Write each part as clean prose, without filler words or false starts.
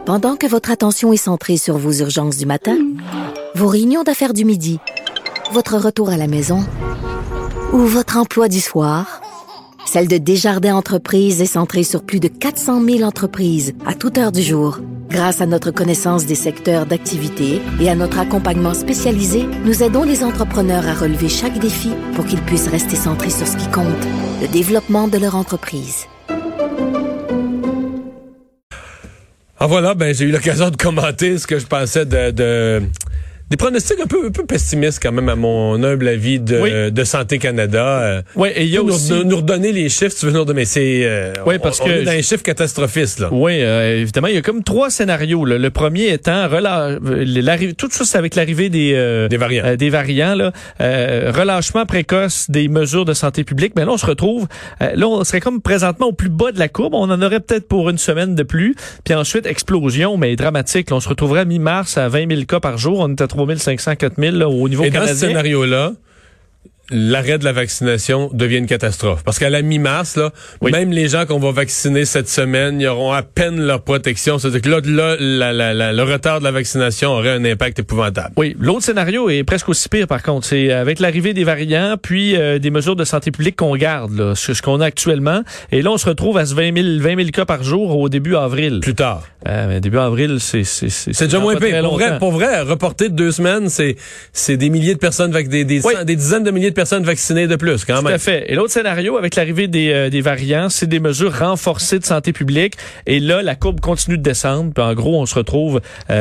Pendant que votre attention est centrée sur vos urgences du matin, vos réunions d'affaires du midi, votre retour à la maison ou votre emploi du soir, celle de Desjardins Entreprises est centrée sur plus de 400 000 entreprises à toute heure du jour. Grâce à notre connaissance des secteurs d'activité et à notre accompagnement spécialisé, nous aidons les entrepreneurs à relever chaque défi pour qu'ils puissent rester centrés sur ce qui compte, le développement de leur entreprise. Ah voilà, j'ai eu l'occasion de commenter ce que je pensais des pronostics un peu pessimistes quand même à mon humble avis de Santé Canada. Oui, et il y a aussi nous redonner les chiffres, tu veux nous redonner, mais c'est parce on que est dans les chiffres catastrophistes là. Oui, évidemment, il y a comme 3 scénarios là. Le premier étant tout ça c'est avec l'arrivée des variants là, relâchement précoce des mesures de santé publique, mais là on se retrouve là on serait comme présentement au plus bas de la courbe, on en aurait peut-être pour une semaine de plus, puis ensuite explosion mais dramatique, là, on se retrouverait à mi-mars à 20 000 cas par jour, on est à 3 500, 4 000 là, au niveau canadien. Et dans ce scénario-là, l'arrêt de la vaccination devient une catastrophe. Parce qu'à la mi-mars, là, même les gens qu'on va vacciner cette semaine, ils auront à peine leur protection. C'est-à-dire que là, le retard de la vaccination aurait un impact épouvantable. Oui. L'autre scénario est presque aussi pire, par contre. C'est avec l'arrivée des variants, puis des mesures de santé publique qu'on garde, là, ce qu'on a actuellement. Et là, on se retrouve à 20 000 cas par jour au début avril. Plus tard. Début avril, c'est déjà moins pire. Pour vrai, reporter de 2 semaines, c'est des milliers de personnes, des dizaines de milliers de personnes vaccinées de plus, quand même. Tout à fait. Et l'autre scénario, avec l'arrivée des variants, c'est des mesures renforcées de santé publique. Et là, la courbe continue de descendre. Puis en gros, on se retrouve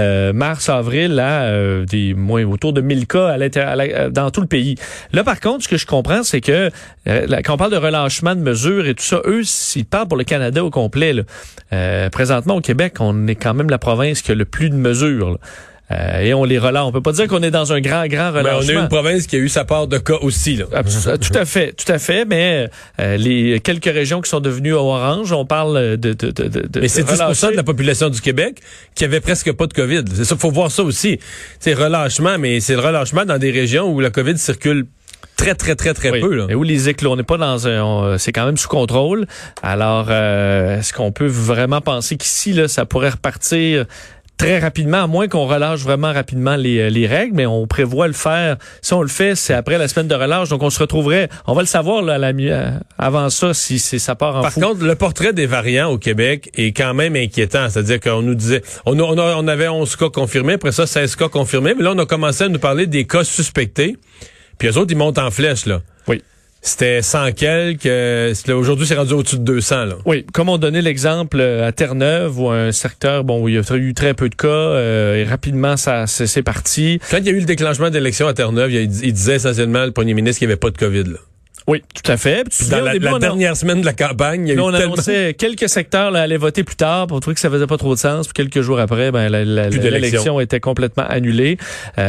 mars-avril à autour de 1000 cas dans tout le pays. Là, par contre, ce que je comprends, c'est que quand on parle de relâchement de mesures et tout ça, eux, ils parlent pour le Canada au complet. Là. Présentement, au Québec, on est quand même la province qui a le plus de mesures. Là. Et on les relâche. On peut pas dire qu'on est dans un grand relâchement. Mais on a une province qui a eu sa part de cas aussi, là. Tout à fait. Mais les quelques régions qui sont devenues orange, on parle de mais c'est 10% de la population du Québec qui avait presque pas de COVID. C'est ça, faut voir ça aussi. C'est relâchement, mais c'est le relâchement dans des régions où la COVID circule très peu là. Et où les éclats, on n'est pas dans c'est quand même sous contrôle. Alors est-ce qu'on peut vraiment penser qu'ici là ça pourrait repartir très rapidement, à moins qu'on relâche vraiment rapidement les règles, mais on prévoit le faire. Si on le fait, c'est après la semaine de relâche, donc on se retrouverait, on va le savoir là, avant ça, si ça part en fou. Par contre, le portrait des variants au Québec est quand même inquiétant, c'est-à-dire qu'on nous disait, on avait 11 cas confirmés, après ça 16 cas confirmés, mais là on a commencé à nous parler des cas suspectés, puis eux autres ils montent en flèche là. Oui. C'était 100 quelques. Aujourd'hui, c'est rendu au-dessus de 200. Là. Oui, comme on donnait l'exemple à Terre-Neuve, où un secteur, où il y a eu très peu de cas, et rapidement, c'est parti. Quand il y a eu le déclenchement d'élection à Terre-Neuve, il disait essentiellement, le premier ministre, qu'il n'y avait pas de COVID. Là. Oui, tout à fait. Puis dans la dernière semaine de la campagne, il y a on annonçait quelques secteurs allaient voter plus tard pour trouver que ça faisait pas trop de sens. Puis quelques jours après, l'élection était complètement annulée.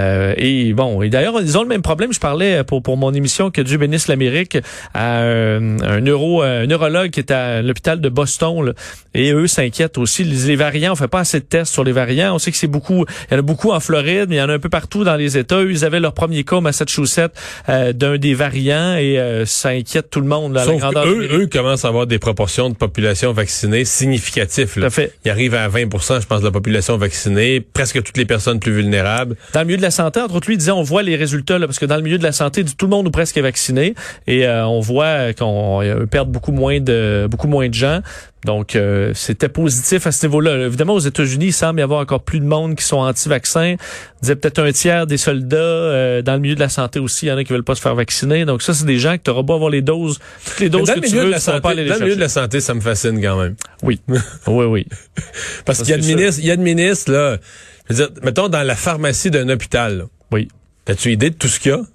Et d'ailleurs, ils ont le même problème. Je parlais pour mon émission que Dieu bénisse l'Amérique à un neurologue qui est à l'hôpital de Boston. Là, et eux s'inquiètent aussi. Les variants, on fait pas assez de tests sur les variants. On sait que il y en a beaucoup en Floride, mais il y en a un peu partout dans les États. Eux, ils avaient leur premier cas au Massachusetts d'un des variants et ça inquiète tout le monde. Là, sauf eux commencent à avoir des proportions de population vaccinée significatives. Là. Tout à fait. Ils arrivent à 20%, je pense, de la population vaccinée, presque toutes les personnes plus vulnérables. Dans le milieu de la santé, entre autres, lui, il disait, on voit les résultats, là, parce que dans le milieu de la santé, tout le monde ou presque est vacciné, et on voit qu'on perd beaucoup moins de gens. Donc, c'était positif à ce niveau-là. Évidemment, aux États-Unis, il semble y avoir encore plus de monde qui sont anti-vaccins. On disait peut-être un tiers des soldats. Dans le milieu de la santé aussi, il y en a qui veulent pas se faire vacciner. Donc ça, c'est des gens que tu auras beau avoir les doses, toutes les doses que tu veux, tu pas aller les chercher. Dans le milieu de la santé, ça me fascine quand même. Oui. Oui. Parce qu'il y a de ministres, là. Je veux dire, mettons, dans la pharmacie d'un hôpital, là. Oui. As-tu idée de tout ce qu'il y a?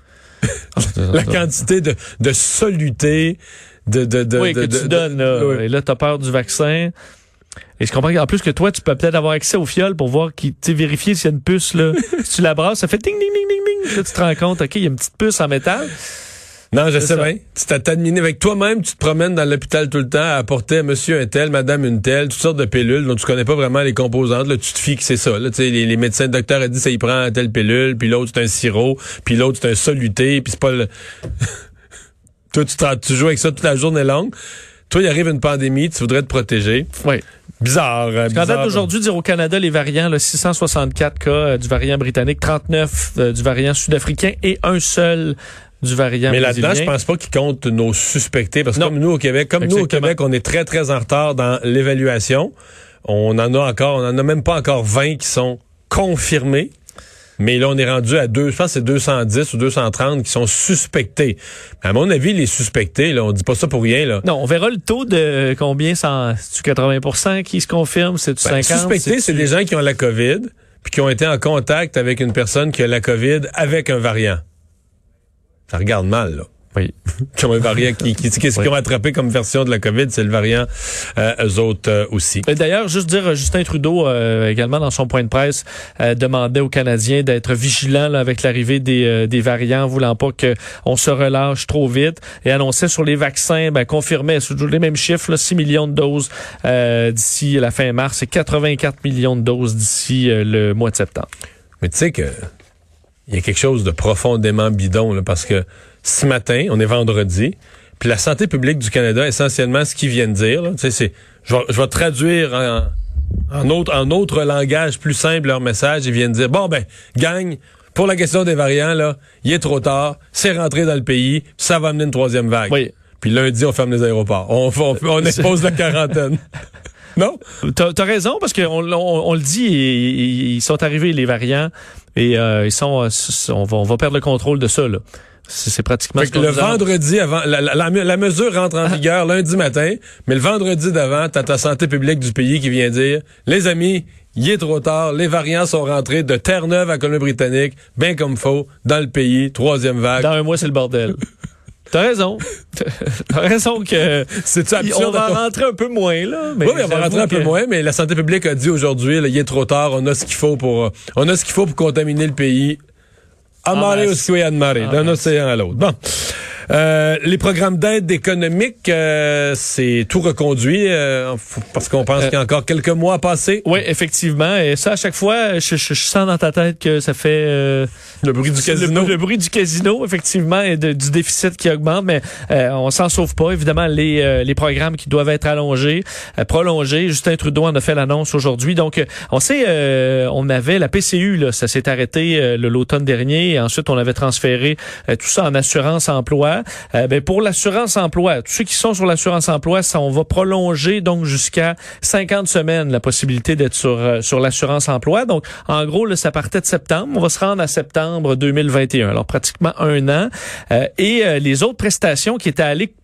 La quantité de solutés, que tu donnes, là. Oui. Et là, t'as peur du vaccin. Et je comprends qu'en plus que toi, tu peux peut-être avoir accès au fiole pour voir vérifier s'il y a une puce, là. Si tu la brasses, ça fait ding, ding, ding, ding, ding. Là, tu te rends compte, OK, il y a une petite puce en métal. Non, je sais bien. Tu t'admines avec toi-même, tu te promènes dans l'hôpital tout le temps à apporter à monsieur un tel, madame une telle, toutes sortes de pilules dont tu connais pas vraiment les composantes. Là, tu te fies que c'est ça. Là, les médecins, le docteur a dit ça, il prend telle pilule, puis l'autre c'est un sirop, puis l'autre c'est un soluté, puis c'est pas le... Toi, tu joues avec ça toute la journée longue. Toi, il arrive une pandémie, tu voudrais te protéger. Oui. Bizarre. En date d'aujourd'hui, dire au Canada, les variants, là, 664 cas du variant britannique, 39 du variant sud-africain et un seul du variant mais brésilien. Là-dedans, je pense pas qu'ils comptent nos suspectés, parce que comme nous au Québec, on est très, très en retard dans l'évaluation. On en a même pas encore 20 qui sont confirmés. Mais là, on est rendu à je pense que c'est 210 ou 230 qui sont suspectés. À mon avis, les suspectés, là, on dit pas ça pour rien, là. Non, on verra le taux de combien, c'est-tu 80% qui se confirme, c'est-tu 50%? Suspectés, c'est des gens qui ont la COVID, puis qui ont été en contact avec une personne qui a la COVID avec un variant. Ça regarde mal, là. Oui. Qui ont un variant qu'est-ce qu'ils ont attrapé comme version de la COVID, c'est le variant eux autres aussi. Et d'ailleurs, juste dire, Justin Trudeau, également dans son point de presse, demandait aux Canadiens d'être vigilants là, avec l'arrivée des variants, voulant pas qu'on se relâche trop vite, et annonçait sur les vaccins, confirmait les mêmes chiffres, là, 6 millions de doses d'ici la fin mars et 84 millions de doses d'ici le mois de septembre. Mais tu sais que il y a quelque chose de profondément bidon, là, parce que ce matin, on est vendredi, puis la santé publique du Canada, essentiellement, ce qu'ils viennent dire, là, je vais traduire en autre langage plus simple leur message. Ils viennent dire, gang, pour la question des variants, là, il est trop tard, c'est rentré dans le pays, ça va amener une troisième vague. Oui. Puis lundi, on ferme les aéroports. On expose la quarantaine. Non? T'as raison, parce qu'on le dit, ils sont arrivés, les variants, et on va perdre le contrôle de ça, là. C'est pratiquement fait que le vendredi avant, la mesure rentre en vigueur lundi matin, mais le vendredi d'avant, t'as ta santé publique du pays qui vient dire, les amis, il est trop tard, les variants sont rentrés de Terre-Neuve à Colombie-Britannique, bien comme faut, dans le pays, troisième vague. Dans un mois, c'est le bordel. T'as raison. T'as raison que c'est absurde. On va en rentrer un peu moins, là. Mais oui, on va rentrer un peu moins, mais la santé publique a dit aujourd'hui, là, il est trop tard, on a ce qu'il faut pour contaminer le pays. À mare ou sui ad mare, d'un océan à l'autre. Bon. Les programmes d'aide économique, c'est tout reconduit parce qu'on pense qu'il y a encore quelques mois à passer. Oui, effectivement. Et ça, à chaque fois, je sens dans ta tête que ça fait le bruit du casino. Le bruit du casino, effectivement, et du déficit qui augmente. Mais on s'en sauve pas. Évidemment, les programmes qui doivent être prolongés. Justin Trudeau en a fait l'annonce aujourd'hui. Donc, on sait, on avait la PCU, là, ça s'est arrêté l'automne dernier. Et ensuite, on avait transféré tout ça en assurance-emploi. Pour l'assurance-emploi, tous ceux qui sont sur l'assurance-emploi, on va prolonger donc jusqu'à 50 semaines la possibilité d'être sur l'assurance-emploi. Donc, en gros, là, ça partait de septembre. On va se rendre à septembre 2021. Alors, pratiquement un an. Et les autres prestations qui étaient allées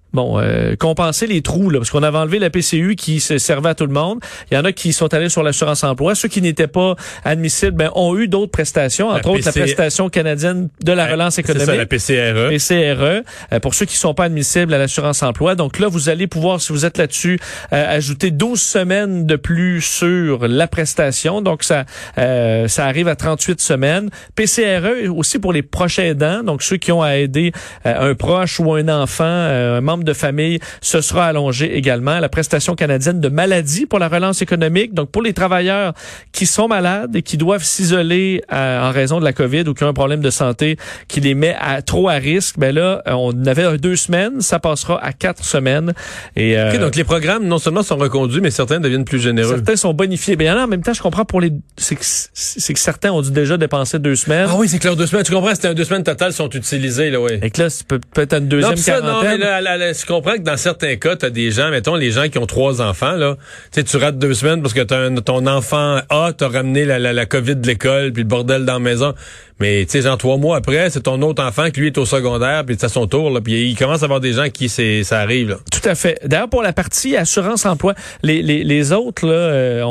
compenser les trous, là, parce qu'on avait enlevé la PCU qui servait à tout le monde. Il y en a qui sont allés sur l'assurance-emploi. Ceux qui n'étaient pas admissibles, ont eu d'autres prestations, entre autres la prestation canadienne de la relance économique. C'est ça, la PCRE. Pour ceux qui ne sont pas admissibles à l'assurance-emploi. Donc là, vous allez pouvoir, si vous êtes là-dessus, ajouter 12 semaines de plus sur la prestation. Donc ça arrive à 38 semaines. PCRE aussi pour les proches aidants, donc ceux qui ont à aider un proche ou un enfant, un membre de famille, ce sera allongé également. La prestation canadienne de maladie pour la relance économique, donc pour les travailleurs qui sont malades et qui doivent s'isoler en raison de la COVID ou qui ont un problème de santé qui les met trop à risque, là, on avait 2 semaines, ça passera à 4 semaines. Et OK, donc les programmes non seulement sont reconduits, mais certains deviennent plus généreux. Certains sont bonifiés. Mais en même temps, je comprends c'est que certains ont dû déjà dépenser 2 semaines. Ah oui, c'est clair, 2 semaines. Tu comprends, c'était 2 semaines totales sont utilisées, là, oui. Et que là, c'est peut-être une deuxième quarantaine. Non, mais je comprends que dans certains cas, t'as des gens, mettons, les gens qui ont 3 enfants, là, tu rates 2 semaines parce que ton enfant t'as ramené la COVID de l'école, puis le bordel dans la maison. Mais, tu sais, genre 3 mois après, c'est ton autre enfant qui, lui, est au secondaire, puis c'est à son tour, là, puis il commence à avoir des gens qui ça arrive, là. Tout à fait. D'ailleurs, pour la partie assurance-emploi, les autres, là,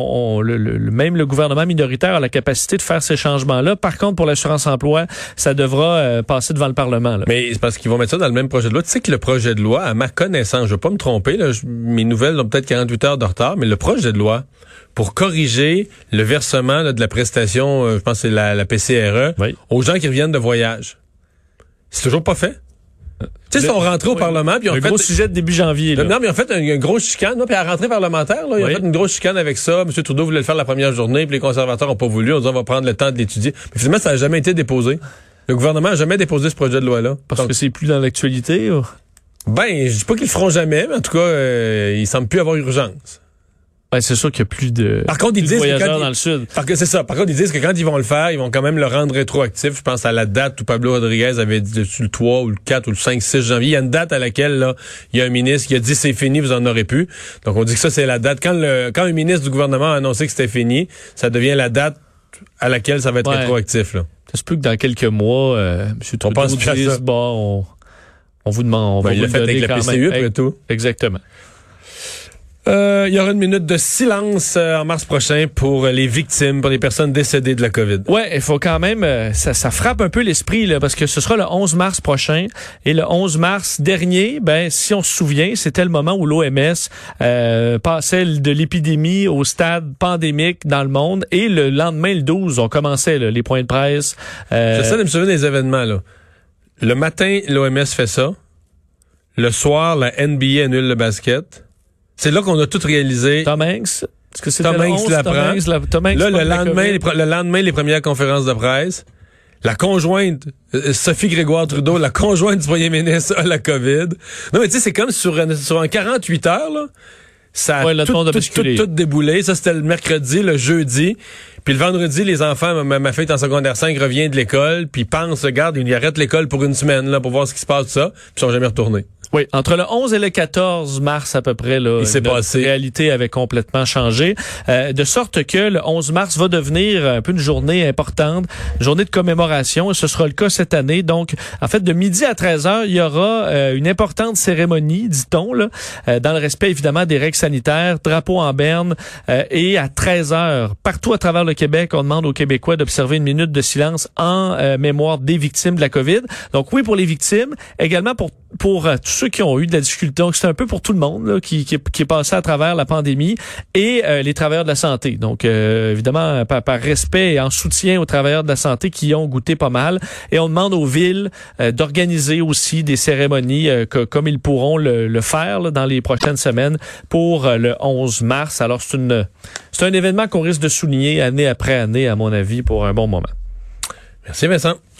même le gouvernement minoritaire a la capacité de faire ces changements-là. Par contre, pour l'assurance-emploi, ça devra passer devant le Parlement, là. Mais c'est parce qu'ils vont mettre ça dans le même projet de loi. Tu sais que le projet de loi, à ma connaissance, je vais pas me tromper, là, mes nouvelles ont peut-être 48 heures de retard, mais le projet de loi pour corriger le versement là, de la prestation, je pense que c'est la PCRE, oui, aux gens qui reviennent de voyage. C'est toujours pas fait. Tu sais, ils sont rentrés au Parlement, puis ils ont fait... gros sujet de début janvier, là. Non, mais ils ont fait une grosse chicane, puis à la rentrée parlementaire, là, ils ont fait une grosse chicane avec ça. M. Trudeau voulait le faire la première journée, puis les conservateurs n'ont pas voulu. On dit, on va prendre le temps de l'étudier. Mais finalement, ça n'a jamais été déposé. Le gouvernement n'a jamais déposé ce projet de loi-là. Parce que c'est plus dans l'actualité, ou? Ben, je dis pas qu'ils le feront jamais, mais en tout cas, il semble plus avoir urgence. Ben, c'est sûr qu'il y a plus de, par contre, ils disent voyageurs dans le sud. C'est ça. Par contre, ils disent que quand ils vont le faire, ils vont quand même le rendre rétroactif. Je pense à la date où Pablo Rodriguez avait dit le 3 ou le 4 ou le 5, 6 janvier. Il y a une date à laquelle, là, il y a un ministre qui a dit c'est fini, vous en aurez plus. Donc, on dit que ça, c'est la date. Quand un ministre du gouvernement a annoncé que c'était fini, ça devient la date à laquelle ça va être rétroactif, là. Ça se peut que dans quelques mois, M. Trudeau dise, bon, on vous demande, on va vous le donner avec la PCU, après tout. Exactement. Il y aura une minute de silence en mars prochain pour les victimes, pour les personnes décédées de la COVID. Ouais, il faut quand même, ça frappe un peu l'esprit, là, parce que ce sera le 11 mars prochain. Et le 11 mars dernier, ben, si on se souvient, c'était le moment où l'OMS passait de l'épidémie au stade pandémique dans le monde. Et le lendemain, le 12, on commençait là, les points de presse. J'essaie de me souvenir des événements, là. Le matin, l'OMS fait ça. Le soir, la NBA annule le basket. C'est là qu'on a tout réalisé. Tom Hanks. Est-ce que c'était Tom Hanks l'apprend. Là, le lendemain, les premières conférences de presse. La conjointe, Sophie Grégoire Trudeau, la conjointe du premier ministre a la COVID. Non, mais tu sais, c'est comme sur un 48 heures, là. Ça a tout déboulé. Ça, c'était le mercredi, le jeudi. Puis le vendredi, les enfants, ma fille est en secondaire 5, revient de l'école, puis pense, regarde, ils arrêtent l'école pour une semaine, là, pour voir ce qui se passe, tout ça, puis ils sont jamais retournés. Oui, entre le 11 et le 14 mars à peu près, là, la réalité avait complètement changé. De sorte que le 11 mars va devenir un peu une journée importante, une journée de commémoration, et ce sera le cas cette année. Donc, en fait, de midi à 13h, il y aura une importante cérémonie, dit-on, là, dans le respect évidemment des règles sanitaires, drapeau en berne, et à 13h, partout à travers le Québec, on demande aux Québécois d'observer une minute de silence en mémoire des victimes de la COVID. Donc oui, pour les victimes, également pour tous ceux qui ont eu de la difficulté. Donc, c'est un peu pour tout le monde là, qui est passé à travers la pandémie et les travailleurs de la santé. Donc, évidemment, par respect et en soutien aux travailleurs de la santé qui ont goûté pas mal. Et on demande aux villes d'organiser aussi des cérémonies comme ils pourront le faire là, dans les prochaines semaines pour le 11 mars. Alors, c'est un événement qu'on risque de souligner année après année, à mon avis, pour un bon moment. Merci, Vincent.